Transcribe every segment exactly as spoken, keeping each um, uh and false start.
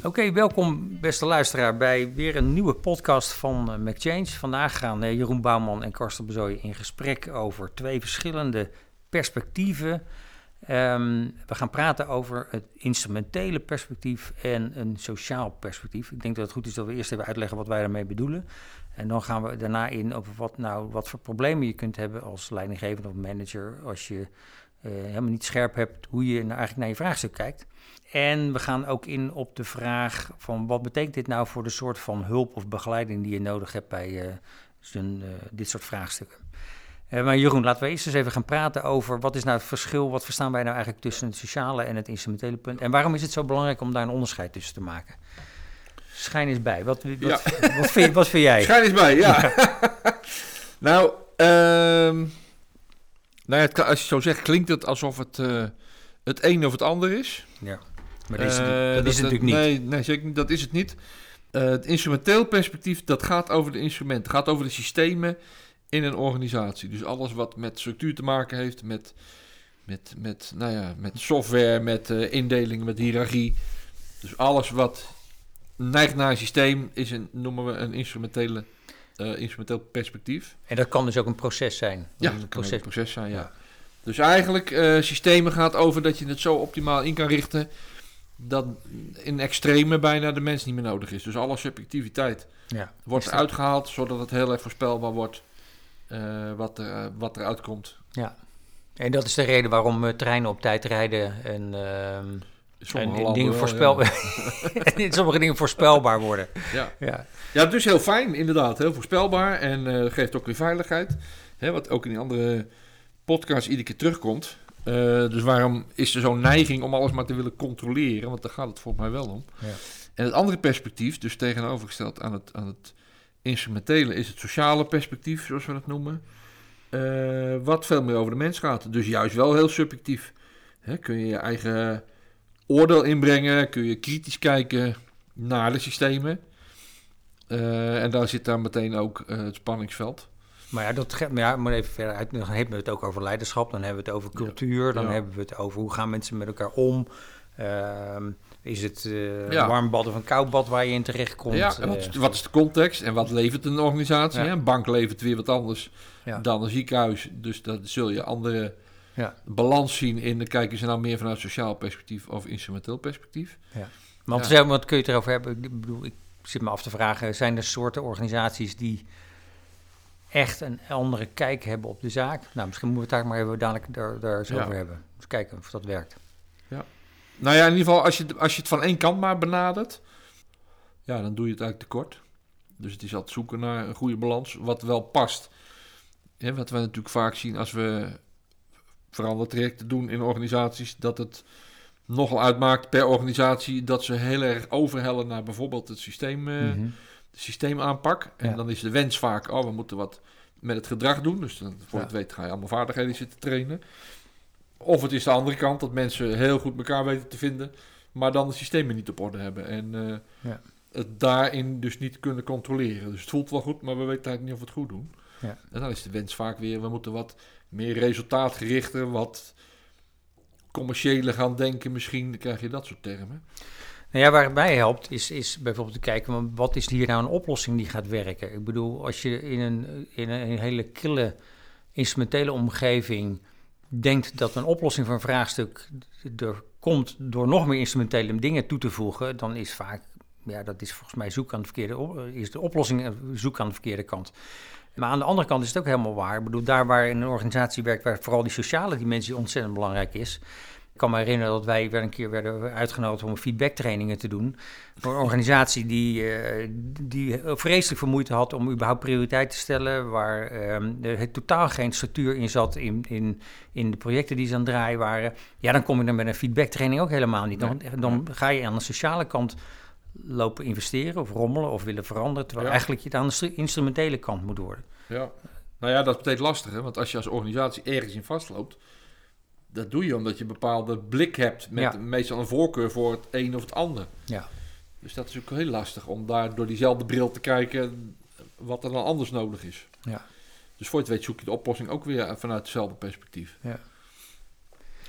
Oké, okay, welkom beste luisteraar bij weer een nieuwe podcast van uh, McChange. Vandaag gaan uh, Jeroen Bouwman en Karsten Bezooij in gesprek over twee verschillende perspectieven. Um, we gaan praten over het instrumentele perspectief en een sociaal perspectief. Ik denk dat het goed is dat we eerst even uitleggen wat wij daarmee bedoelen. En dan gaan we daarna in over wat, nou, wat voor problemen je kunt hebben als leidinggevende of manager als je uh, helemaal niet scherp hebt hoe je nou eigenlijk naar je vraagstuk kijkt. En we gaan ook in op de vraag van wat betekent dit nou voor de soort van hulp of begeleiding die je nodig hebt bij uh, zijn, uh, dit soort vraagstukken. Uh, maar Jeroen, laten we eerst eens even gaan praten over wat is nou het verschil, wat verstaan wij nou eigenlijk tussen het sociale en het instrumentele punt en waarom is het zo belangrijk om daar een onderscheid tussen te maken? Schijn eens bij, wat, wat, ja. wat, wat, vind, wat vind jij? Schijn eens bij, ja. ja. nou, um, nou ja, het, als je het zo zegt, klinkt het alsof het uh, het een of het ander is. Ja. Maar dat is, het, uh, dat dat is het natuurlijk niet. Nee, nee, zeker niet. Dat is het niet. Uh, het instrumenteel perspectief, dat gaat over de instrumenten. Het gaat over de systemen in een organisatie. Dus alles wat met structuur te maken heeft, met, met, met, nou ja, met software, met uh, indelingen, met hiërarchie. Dus alles wat neigt naar een systeem is een, noemen we een instrumentele, uh, instrumenteel perspectief. En dat kan dus ook een proces zijn? Ja, een dat proces. kan een proces zijn, ja. ja. Dus eigenlijk, uh, systemen gaat over dat je het zo optimaal in kan richten dat in extreme bijna de mens niet meer nodig is. Dus alle subjectiviteit ja, wordt eruit gehaald, zodat het heel erg voorspelbaar wordt uh, wat, er, uh, wat eruit komt. Ja, en dat is de reden waarom uh, treinen op tijd rijden en, uh, en dingen wel, voorspelbaar ja. en sommige dingen voorspelbaar worden. Ja. Ja. ja, dus heel fijn inderdaad, heel voorspelbaar en uh, geeft ook weer veiligheid. Hè, wat ook in die andere podcast iedere keer terugkomt. Uh, dus waarom is er zo'n neiging om alles maar te willen controleren? Want daar gaat het volgens mij wel om. Ja. En het andere perspectief, dus tegenovergesteld aan het, aan het instrumentele, is het sociale perspectief, zoals we dat noemen. Uh, wat veel meer over de mens gaat. Dus juist wel heel subjectief. Hè, kun je je eigen oordeel inbrengen, kun je kritisch kijken naar de systemen. Uh, en daar zit daar meteen ook uh, het spanningsveld. Maar ja, dat gaat, maar ja, maar even verder uit. Dan hebben we het ook over leiderschap, dan hebben we het over cultuur, dan ja. hebben we het over hoe gaan mensen met elkaar om. Uh, is het uh, ja. een warm bad of een koud bad waar je in terecht komt? Ja, en wat, wat is de context en wat levert een organisatie? Ja. Een bank levert weer wat anders ja. dan een ziekenhuis. Dus dan zul je andere ja. balans zien in, dan kijken ze nou meer vanuit sociaal perspectief of instrumenteel perspectief. Ja. Want ja. wat kun je het erover hebben? Ik bedoel, ik zit me af te vragen, zijn er soorten organisaties die echt een andere kijk hebben op de zaak? Nou, misschien moeten we het daar maar even dadelijk daar, daar zo ja. over hebben. Dus kijken of dat werkt. Ja. Nou ja, in ieder geval, als je, als je het van één kant maar benadert, ja, dan doe je het eigenlijk tekort. Dus het is altijd zoeken naar een goede balans, wat wel past. Ja, wat we natuurlijk vaak zien als we verandertrajecten doen in organisaties, dat het nogal uitmaakt per organisatie dat ze heel erg overhellen naar bijvoorbeeld het systeem, uh, mm-hmm. de systeemaanpak. En ja. dan is de wens vaak, oh, we moeten wat met het gedrag doen. Dus dan, voor ja. het weet ga je allemaal vaardigheden zitten trainen. Of het is de andere kant, dat mensen heel goed elkaar weten te vinden, maar dan de systemen niet op orde hebben. En uh, ja. het daarin dus niet kunnen controleren. Dus het voelt wel goed, maar we weten eigenlijk niet of we het goed doen. Ja. En dan is de wens vaak weer, we moeten wat meer resultaatgerichter, wat commerciële gaan denken misschien. Dan krijg je dat soort termen. Nou ja, waar het mij helpt is, is bijvoorbeeld te kijken, wat is hier nou een oplossing die gaat werken? Ik bedoel, als je in een, in een hele kille instrumentele omgeving denkt dat een oplossing voor een vraagstuk er komt door nog meer instrumentele dingen toe te voegen, dan is vaak, ja, dat is volgens mij zoek aan de verkeerde, is de oplossing zoek aan de verkeerde kant. Maar aan de andere kant is het ook helemaal waar. Ik bedoel, daar waar in een organisatie werkt, waar vooral die sociale dimensie ontzettend belangrijk is. Ik kan me herinneren dat wij weer een keer werden uitgenodigd om feedbacktrainingen te doen. Voor een organisatie die, uh, die vreselijk veel moeite had om überhaupt prioriteit te stellen. Waar uh, er totaal geen structuur in zat in, in, in de projecten die ze aan het draaien waren. Ja, dan kom je dan met een feedbacktraining ook helemaal niet. Dan, dan ga je aan de sociale kant lopen investeren of rommelen of willen veranderen. Terwijl ja. eigenlijk je het aan de instrumentele kant moet worden. Ja, nou ja, dat is meteen lastig. Hè? Want als je als organisatie ergens in vastloopt, dat doe je omdat je een bepaalde blik hebt met ja. meestal een voorkeur voor het een of het ander. Ja. Dus dat is ook heel lastig om daar door diezelfde bril te kijken wat er dan anders nodig is. Ja. Dus voor je het weet zoek je de oplossing ook weer vanuit hetzelfde perspectief. Ja.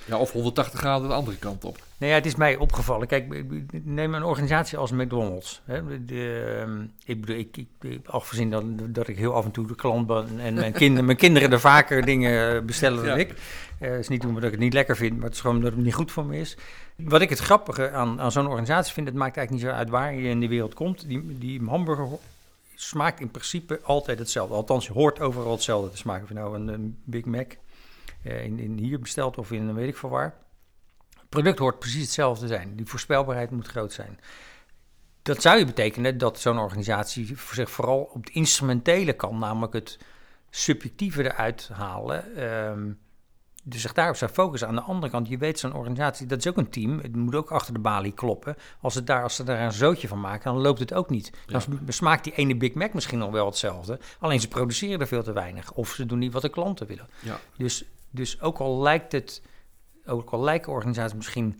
Ja, of honderdtachtig graden de andere kant op. Nou ja, het is mij opgevallen. Kijk, neem een organisatie als McDonald's. Hè. De, um, ik bedoel, ik, ik, afgezien dat, dat ik heel af en toe de klant ben en mijn, kind, mijn kinderen er vaker dingen bestellen dan ja. ik. Het uh, is niet omdat ik het niet lekker vind, maar het is gewoon dat het niet goed voor me is. Wat ik het grappige aan, aan zo'n organisatie vind, het maakt eigenlijk niet zo uit waar je in de wereld komt. Die, die hamburger smaakt in principe altijd hetzelfde. Althans, je hoort overal hetzelfde te smaken. Of je nou een, een Big Mac uh, in, in hier bestelt of in weet ik veel waar. Het product hoort precies hetzelfde te zijn. Die voorspelbaarheid moet groot zijn. Dat zou je betekenen dat zo'n organisatie zich vooral op het instrumentele kan, namelijk het subjectieve eruit halen. Um, dus zich daarop zou focussen. Aan de andere kant, je weet zo'n organisatie, dat is ook een team. Het moet ook achter de balie kloppen. Als, het daar, als ze daar een zootje van maken, dan loopt het ook niet. Dan ja. smaakt die ene Big Mac misschien nog wel hetzelfde. Alleen ze produceren er veel te weinig. Of ze doen niet wat de klanten willen. Ja. Dus, dus ook al lijkt het, ook al lijken organisaties misschien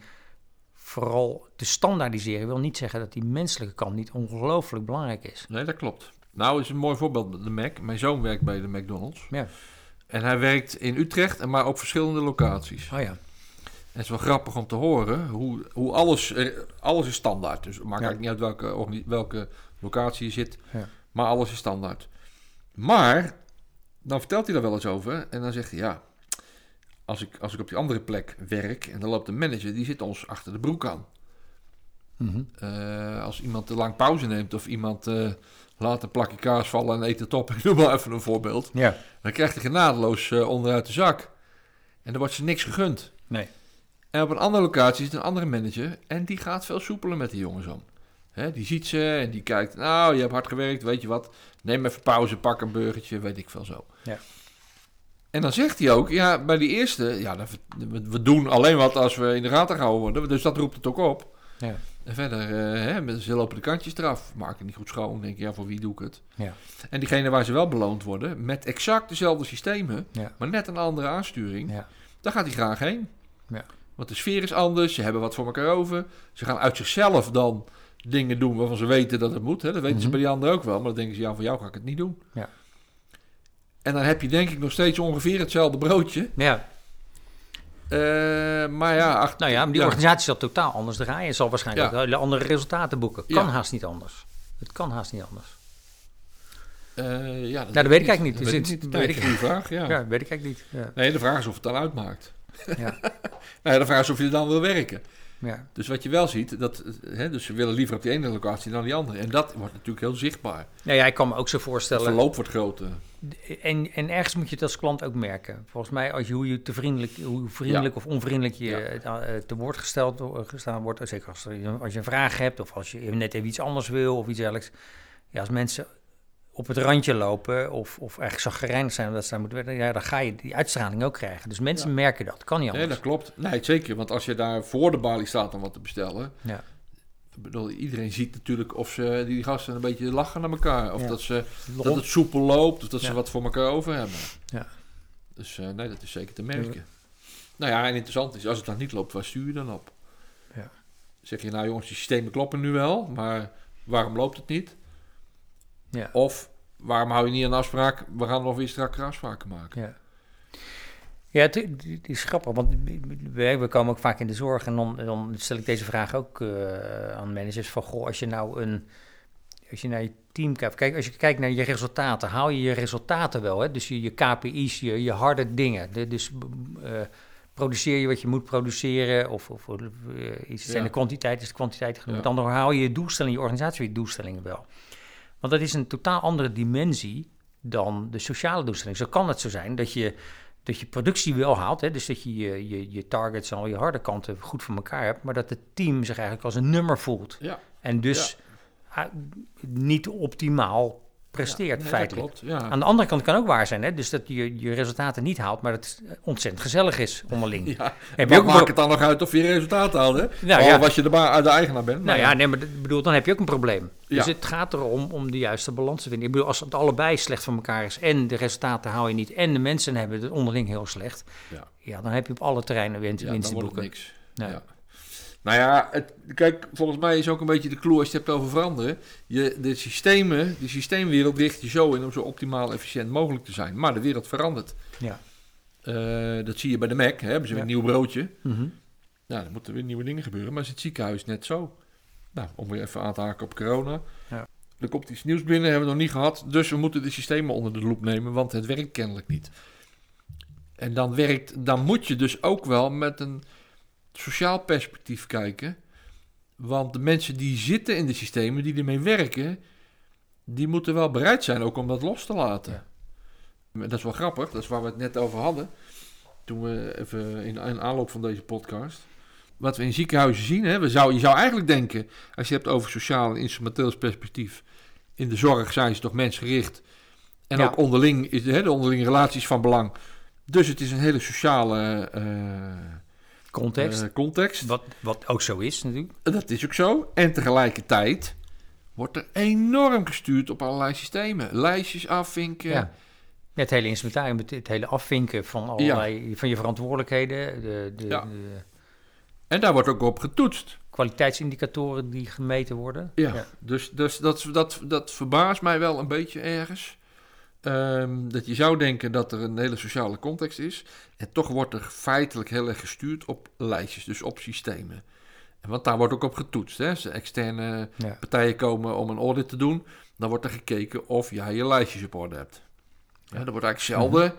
vooral te standaardiseren, wil niet zeggen dat die menselijke kant niet ongelooflijk belangrijk is. Nee, dat klopt. Nou, is een mooi voorbeeld, de Mac. Mijn zoon werkt bij de McDonald's. Ja. En hij werkt in Utrecht, maar op verschillende locaties. Oh ja. En het is wel grappig om te horen hoe, hoe alles, alles is standaard. Dus het maakt ja. eigenlijk niet uit welke, welke locatie je zit, ja. maar alles is standaard. Maar, dan vertelt hij daar wel eens over en dan zegt hij, ja, als ik, als ik op die andere plek werk en dan loopt de manager, die zit ons achter de broek aan. Mm-hmm. Uh, als iemand te lang pauze neemt of iemand uh, laat een plakje kaas vallen en eet het op, ik noem maar even een voorbeeld, ja. dan krijgt hij genadeloos uh, onderuit de zak. En dan wordt ze niks gegund. Nee. En op een andere locatie zit een andere manager en die gaat veel soepeler met die jongens om. Hè, die ziet ze en die kijkt, nou, je hebt hard gewerkt, weet je wat, neem even pauze, pak een burgertje, weet ik veel zo. Ja. En dan zegt hij ook, ja, bij die eerste, ja, we doen alleen wat als we in de gaten gehouden worden, dus dat roept het ook op. Ja. En verder, uh, hè, ze lopen de kantjes eraf, maken niet goed schoon, denk je, ja, voor wie doe ik het? Ja. En diegene waar ze wel beloond worden, met exact dezelfde systemen, ja. maar net een andere aansturing, ja. daar gaat hij graag heen. Ja. Want de sfeer is anders, ze hebben wat voor elkaar over. Ze gaan uit zichzelf dan dingen doen waarvan ze weten dat het moet. Hè? Dat weten mm-hmm. ze bij die anderen ook wel, maar dan denken ze, ja, voor jou ga ik het niet doen. Ja. En dan heb je denk ik nog steeds ongeveer hetzelfde broodje. Ja. Uh, maar ja... Ach, nou ja, maar die ja. organisatie zal totaal anders draaien. Zal waarschijnlijk ja. ook hele andere resultaten boeken. Kan ja. haast niet anders. Het kan haast niet anders. Uh, ja, dat, nou, dat weet ik eigenlijk niet. Dat weet ik niet. Dat weet ik niet. Vraag, ja. ja, weet ik eigenlijk niet. Ja. Nee, de vraag is of het dan uitmaakt. Ja. nou, de vraag is of je er dan wil werken. Ja. Dus wat je wel ziet, dat, hè, dus ze willen liever op die ene locatie dan die andere. En dat wordt natuurlijk heel zichtbaar. Nou ja, ik kan me ook zo voorstellen. Het verloop wordt groter. En, en ergens moet je het als klant ook merken. Volgens mij, als je, hoe je te vriendelijk, hoe vriendelijk ja. of onvriendelijk je ja. te woord gesteld, gestaan wordt. Zeker als, er, als je een vraag hebt of als je net even iets anders wil of iets dergelijks. Ja, als mensen op het randje lopen of, of eigenlijk chagrijnig zijn omdat ze daar moeten werken, ja, dan ga je die uitstraling ook krijgen. Dus mensen ja. merken dat. Kan niet anders. Nee, dat klopt. Nee, zeker. Want als je daar voor de balie staat om wat te bestellen, ja. ik bedoel, iedereen ziet natuurlijk of ze die gasten een beetje lachen naar elkaar, of ja. dat, ze, dat het soepel loopt, of dat ja. ze wat voor elkaar over hebben. Ja. Dus uh, nee, dat is zeker te merken. Ja. Nou ja, en interessant is, als het dan niet loopt, waar stuur je dan op? Ja. Zeg je, nou jongens, die systemen kloppen nu wel, maar waarom loopt het niet? Ja. Of waarom hou je niet een afspraak? We gaan nog weer strakker afspraken maken. Ja, ja het, het is grappig, want we, we komen ook vaak in de zorg en dan, dan stel ik deze vraag ook uh, aan managers van, goh, als je nou een, als je naar je team kijkt, kijk, als je kijkt naar je resultaten, haal je je resultaten wel, hè? Dus je, je K P I's, je, je harde dingen, de, dus uh, produceer je wat je moet produceren of, of uh, iets zijn ja. de kwantiteit, is de kwantiteit genoeg, ja. dan haal je je doelstellingen, je organisatie je doelstellingen wel. Want dat is een totaal andere dimensie dan de sociale doelstelling. Zo kan het zo zijn dat je, dat je productie wel haalt. Hè? Dus dat je je, je je targets en al je harde kanten goed voor elkaar hebt. Maar dat het team zich eigenlijk als een nummer voelt. Ja. En dus ja. niet optimaal presteert, ja, nee, feitelijk. Dat klopt, ja. Aan de andere kant kan ook waar zijn. Hè? Dus dat je je resultaten niet haalt, maar dat het ontzettend gezellig is onderling. Ja. Heb je ook maakt het dan nog uit of je resultaten haalt, hè? Nou, ja. als je de, ba- de eigenaar bent. Nou ja, nee, maar ik bedoel, dan heb je ook een probleem. Ja. Dus het gaat erom om de juiste balans te vinden. Ik bedoel, als het allebei slecht van elkaar is en de resultaten haal je niet en de mensen hebben het onderling heel slecht, ja, ja dan heb je op alle terreinen winst, ja, winst dan te wordt boeken. het niks. Nee. Ja. Nou ja, het, kijk, volgens mij is ook een beetje de clue als je het hebt over veranderen. Je, de systemen, de systeemwereld richt je zo in om zo optimaal efficiënt mogelijk te zijn. Maar de wereld verandert. Ja. Uh, dat zie je bij de Mac. Hè? Hebben ze weer Ja. een nieuw broodje. Mm-hmm. Nou, dan moeten weer nieuwe dingen gebeuren. Maar is het ziekenhuis net zo? Nou, om weer even aan te haken op corona. Ja. Er komt iets nieuws binnen, hebben we nog niet gehad. Dus we moeten de systemen onder de loep nemen, want het werkt kennelijk niet. En dan werkt, dan moet je dus ook wel met een sociaal perspectief kijken. Want de mensen die zitten in de systemen, die ermee werken, die moeten wel bereid zijn ook om dat los te laten. Ja. Dat is wel grappig, dat is waar we het net over hadden. Toen we even in, in aanloop van deze podcast. Wat we in ziekenhuizen zien, hè, we zou, je zou eigenlijk denken, als je het hebt over sociaal en instrumenteels perspectief, in de zorg zijn ze toch mensgericht. En ja. ook onderling, is de, hè, de onderlinge relaties van belang. Dus het is een hele sociale uh, context. Uh, context. Wat, wat ook zo is natuurlijk. Dat is ook zo. En tegelijkertijd wordt er enorm gestuurd op allerlei systemen. Lijstjes afvinken. Ja. Ja, het hele instrumentarium, het hele afvinken van allerlei ja. van je verantwoordelijkheden. De, de, ja. de en daar wordt ook op getoetst. Kwaliteitsindicatoren die gemeten worden. Ja, ja. dus, dus dat, dat, dat verbaast mij wel een beetje ergens. Um, dat je zou denken dat er een hele sociale context is. En toch wordt er feitelijk heel erg gestuurd op lijstjes, dus op systemen. En want daar wordt ook op getoetst. Hè? Als er externe ja. partijen komen om een audit te doen, dan wordt er gekeken of jij je lijstjes op orde hebt. Ja, er wordt eigenlijk zelden mm-hmm.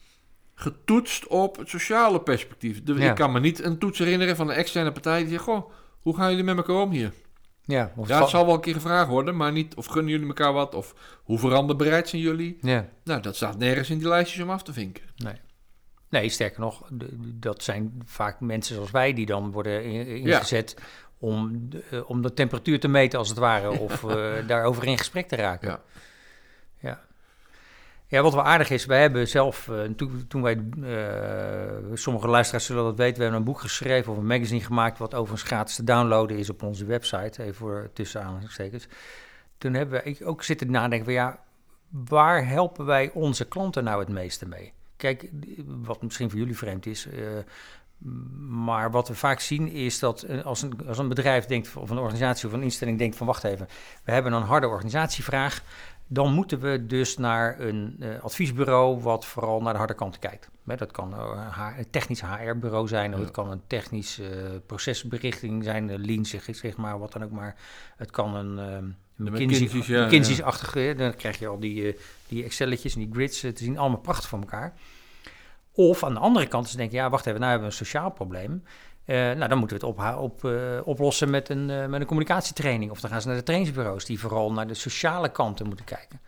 getoetst op het sociale perspectief. Dus ja. Ik kan me niet een toets herinneren van een externe partij die zegt, goh, hoe gaan jullie met elkaar om hier? Ja, of ja, het zal wel een keer gevraagd worden, maar niet of gunnen jullie elkaar wat, of hoe veranderbereid zijn jullie? Ja. Nou, dat staat nergens in die lijstjes om af te vinken. Nee, nee sterker nog, dat zijn vaak mensen zoals wij die dan worden ingezet ja. om, de, om de temperatuur te meten als het ware, of uh, daarover in gesprek te raken. Ja. Ja. Ja, wat wel aardig is, wij hebben zelf, uh, toen, toen wij, uh, sommige luisteraars zullen dat weten, we hebben een boek geschreven of een magazine gemaakt, wat overigens gratis te downloaden is op onze website, even voor tussen aanhalingstekens. Toen hebben we ook zitten nadenken van ja, waar helpen wij onze klanten nou het meeste mee? Kijk, wat misschien voor jullie vreemd is, uh, maar wat we vaak zien is dat als een, als een bedrijf denkt, of een organisatie of een instelling denkt van wacht even, we hebben een harde organisatievraag, dan moeten we dus naar een uh, adviesbureau wat vooral naar de harde kant kijkt. Hè, dat kan uh, H- een technisch H R-bureau zijn, of ja. het kan een technisch uh, procesberichting zijn, uh, lean zeg, zeg maar, wat dan ook maar. Het kan een uh, McKinsey, ja, McKinsey-achtige, ja. Dan krijg je al die, uh, die Excelletjes en die grids uh, te zien, allemaal prachtig van elkaar. Of aan de andere kant, ze denken, ja, wacht even, nou hebben we een sociaal probleem. Uh, nou, dan moeten we het op, op, uh, oplossen met een, uh, met een communicatietraining. Of dan gaan ze naar de trainingsbureaus die vooral naar de sociale kanten moeten kijken.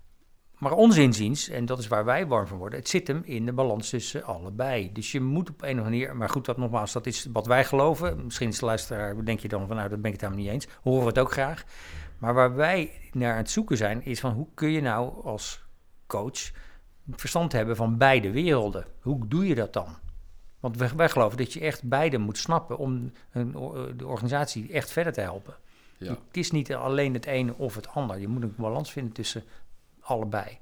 Maar ons inziens, en dat is waar wij warm van worden, het zit hem in de balans tussen allebei. Dus je moet op een of andere manier, maar goed, dat nogmaals, dat is wat wij geloven. Misschien is de luisteraar, denk je dan van, nou, dat ben ik het helemaal niet eens. Horen we het ook graag. Maar waar wij naar aan het zoeken zijn, is van hoe kun je nou als coach verstand hebben van beide werelden? Hoe doe je dat dan? Want wij, wij geloven dat je echt beide moet snappen om een, de organisatie echt verder te helpen. Ja. Het is niet alleen het ene of het ander. Je moet een balans vinden tussen allebei.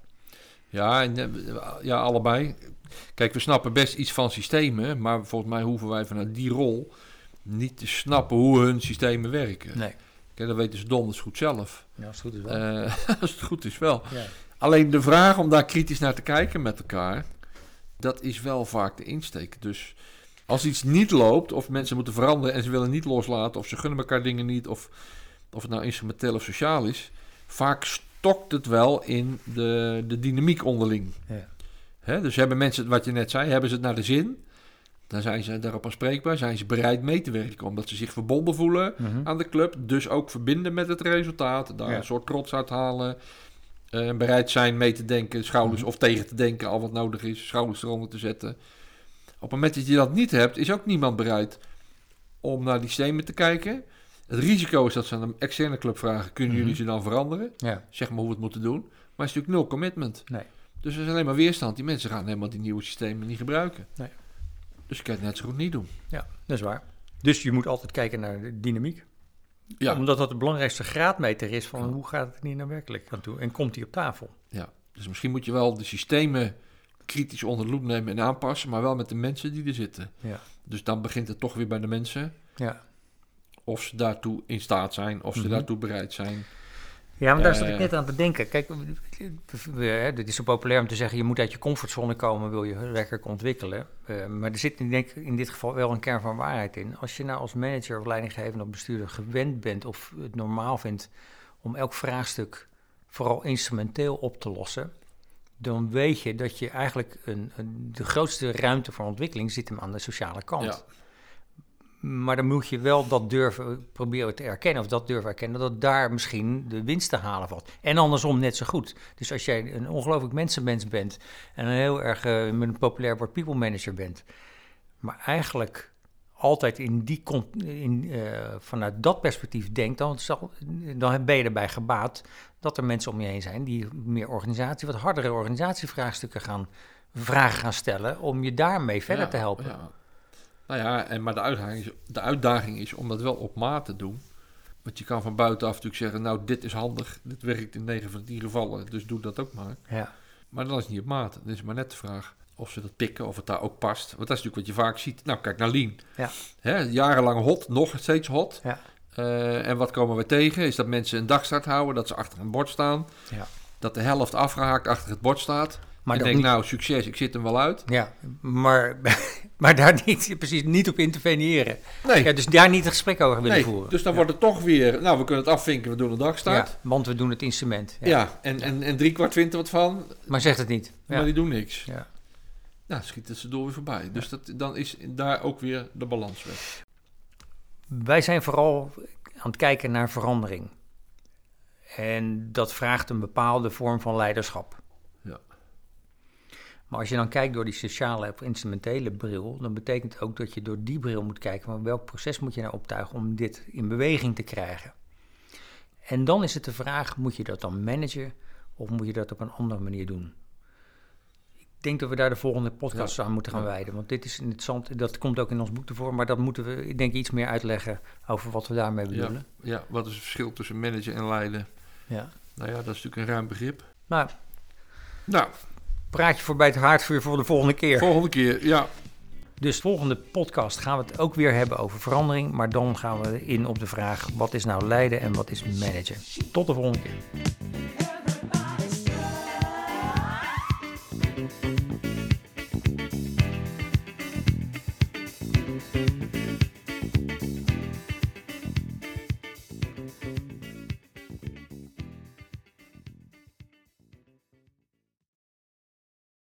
Ja, ja, allebei. Kijk, we snappen best iets van systemen, maar volgens mij hoeven wij vanuit die rol niet te snappen hoe hun systemen werken. Nee. Kijk, dat weten ze donders goed zelf. Ja, als het goed is wel. Uh, als het goed is wel. Ja. Alleen de vraag om daar kritisch naar te kijken met elkaar, dat is wel vaak de insteek. Dus als iets niet loopt, of mensen moeten veranderen en ze willen niet loslaten, of ze gunnen elkaar dingen niet, of, of het nou instrumenteel of sociaal is, vaak stokt het wel in de, de dynamiek onderling. Ja. Hè, dus hebben mensen, wat je net zei, hebben ze het naar de zin, dan zijn ze daarop aanspreekbaar, zijn ze bereid mee te werken, omdat ze zich verbonden voelen mm-hmm. aan de club, dus ook verbinden met het resultaat, daar ja. een soort trots uit halen. Uh, bereid zijn mee te denken, schouders mm-hmm. of tegen te denken, al wat nodig is, schouders eronder te zetten. Op het moment dat je dat niet hebt, is ook niemand bereid om naar die systemen te kijken. Het risico is dat ze aan een externe club vragen, kunnen mm-hmm. jullie ze dan veranderen? Ja. Zeg maar hoe we het moeten doen. Maar het is natuurlijk nul commitment. Nee. Dus er is alleen maar weerstand. Die mensen gaan helemaal die nieuwe systemen niet gebruiken. Nee. Dus je kan het net zo goed niet doen. Ja, dat is waar. Dus je moet altijd kijken naar de dynamiek. Ja. Omdat dat de belangrijkste graadmeter is van ja. hoe gaat het niet naar werkelijk aan toe en komt die op tafel. Ja, dus misschien moet je wel de systemen kritisch onder de loep nemen en aanpassen, maar wel met de mensen die er zitten. Ja. Dus dan begint het toch weer bij de mensen. Ja. Of ze daartoe in staat zijn, of ze mm-hmm. daartoe bereid zijn. Ja, maar daar zat Uh, ik net aan te denken. Kijk, het is zo populair om te zeggen, je moet uit je comfortzone komen, wil je werkelijk ontwikkelen. Uh, maar er zit denk ik in dit geval wel een kern van waarheid in. Als je nou als manager of leidinggevende of bestuurder gewend bent of het normaal vindt om elk vraagstuk vooral instrumenteel op te lossen, dan weet je dat je eigenlijk een, een, de grootste ruimte voor ontwikkeling zit hem aan de sociale kant. Ja. Maar dan moet je wel dat durven proberen te erkennen, of dat durven erkennen, dat daar misschien de winst te halen valt. En andersom net zo goed. Dus als jij een ongelooflijk mensenmens bent en een heel erg uh, met een populair woord people manager bent, maar eigenlijk altijd in die in, uh, vanuit dat perspectief denkt, dan, zal, dan ben je erbij gebaat dat er mensen om je heen zijn die meer organisatie, wat hardere organisatievraagstukken gaan vragen gaan stellen om je daarmee verder ja, te helpen. Ja. Nou ja, en, maar de uitdaging, is, de uitdaging is om dat wel op maat te doen. Want je kan van buitenaf natuurlijk zeggen, nou dit is handig, dit werkt in negen van tien gevallen, dus doe dat ook maar. Ja. Maar dan is het niet op maat. Dan is het maar net de vraag of ze dat pikken, of het daar ook past. Want dat is natuurlijk wat je vaak ziet. Nou, kijk naar Lean. Ja. Hè, jarenlang hot, nog steeds hot. Ja. Uh, en wat komen we tegen? Is dat mensen een dagstart houden, dat ze achter een bord staan. Ja. Dat de helft afgehaakt achter het bord staat. Maar ik denk, niet... nou, succes, ik zit hem wel uit. Ja, maar, maar daar niet, precies niet op interveneren. Nee. Ja, dus daar niet een gesprek over willen nee, voeren. Dus dan ja. wordt het toch weer, nou, we kunnen het afvinken, we doen een dagstart. Ja, want we doen het instrument. Ja, ja en, en, en drie kwart vindt er wat van. Maar zegt het niet. Maar ja. die doen niks. Ja. Nou, schiet het ze door weer voorbij. Dus dat, dan is daar ook weer de balans weg. Wij zijn vooral aan het kijken naar verandering. En dat vraagt een bepaalde vorm van leiderschap. Ja. Maar als je dan kijkt door die sociale of instrumentele bril, dan betekent het ook dat je door die bril moet kijken van welk proces moet je nou optuigen om dit in beweging te krijgen. En dan is het de vraag, moet je dat dan managen of moet je dat op een andere manier doen? Ik denk dat we daar de volgende podcast ja. aan moeten gaan ja. wijden, want dit is interessant, dat komt ook in ons boek ervoor, maar dat moeten we, ik denk, iets meer uitleggen over wat we daarmee bedoelen. Ja, ja, wat is het verschil tussen managen en leiden? Ja. Nou ja, dat is natuurlijk een ruim begrip. Nou, nou. praat je voorbij het haardvuur voor de volgende keer. Volgende keer, ja. Dus volgende podcast gaan we het ook weer hebben over verandering, maar dan gaan we in op de vraag, wat is nou leiden en wat is managen? Tot de volgende keer.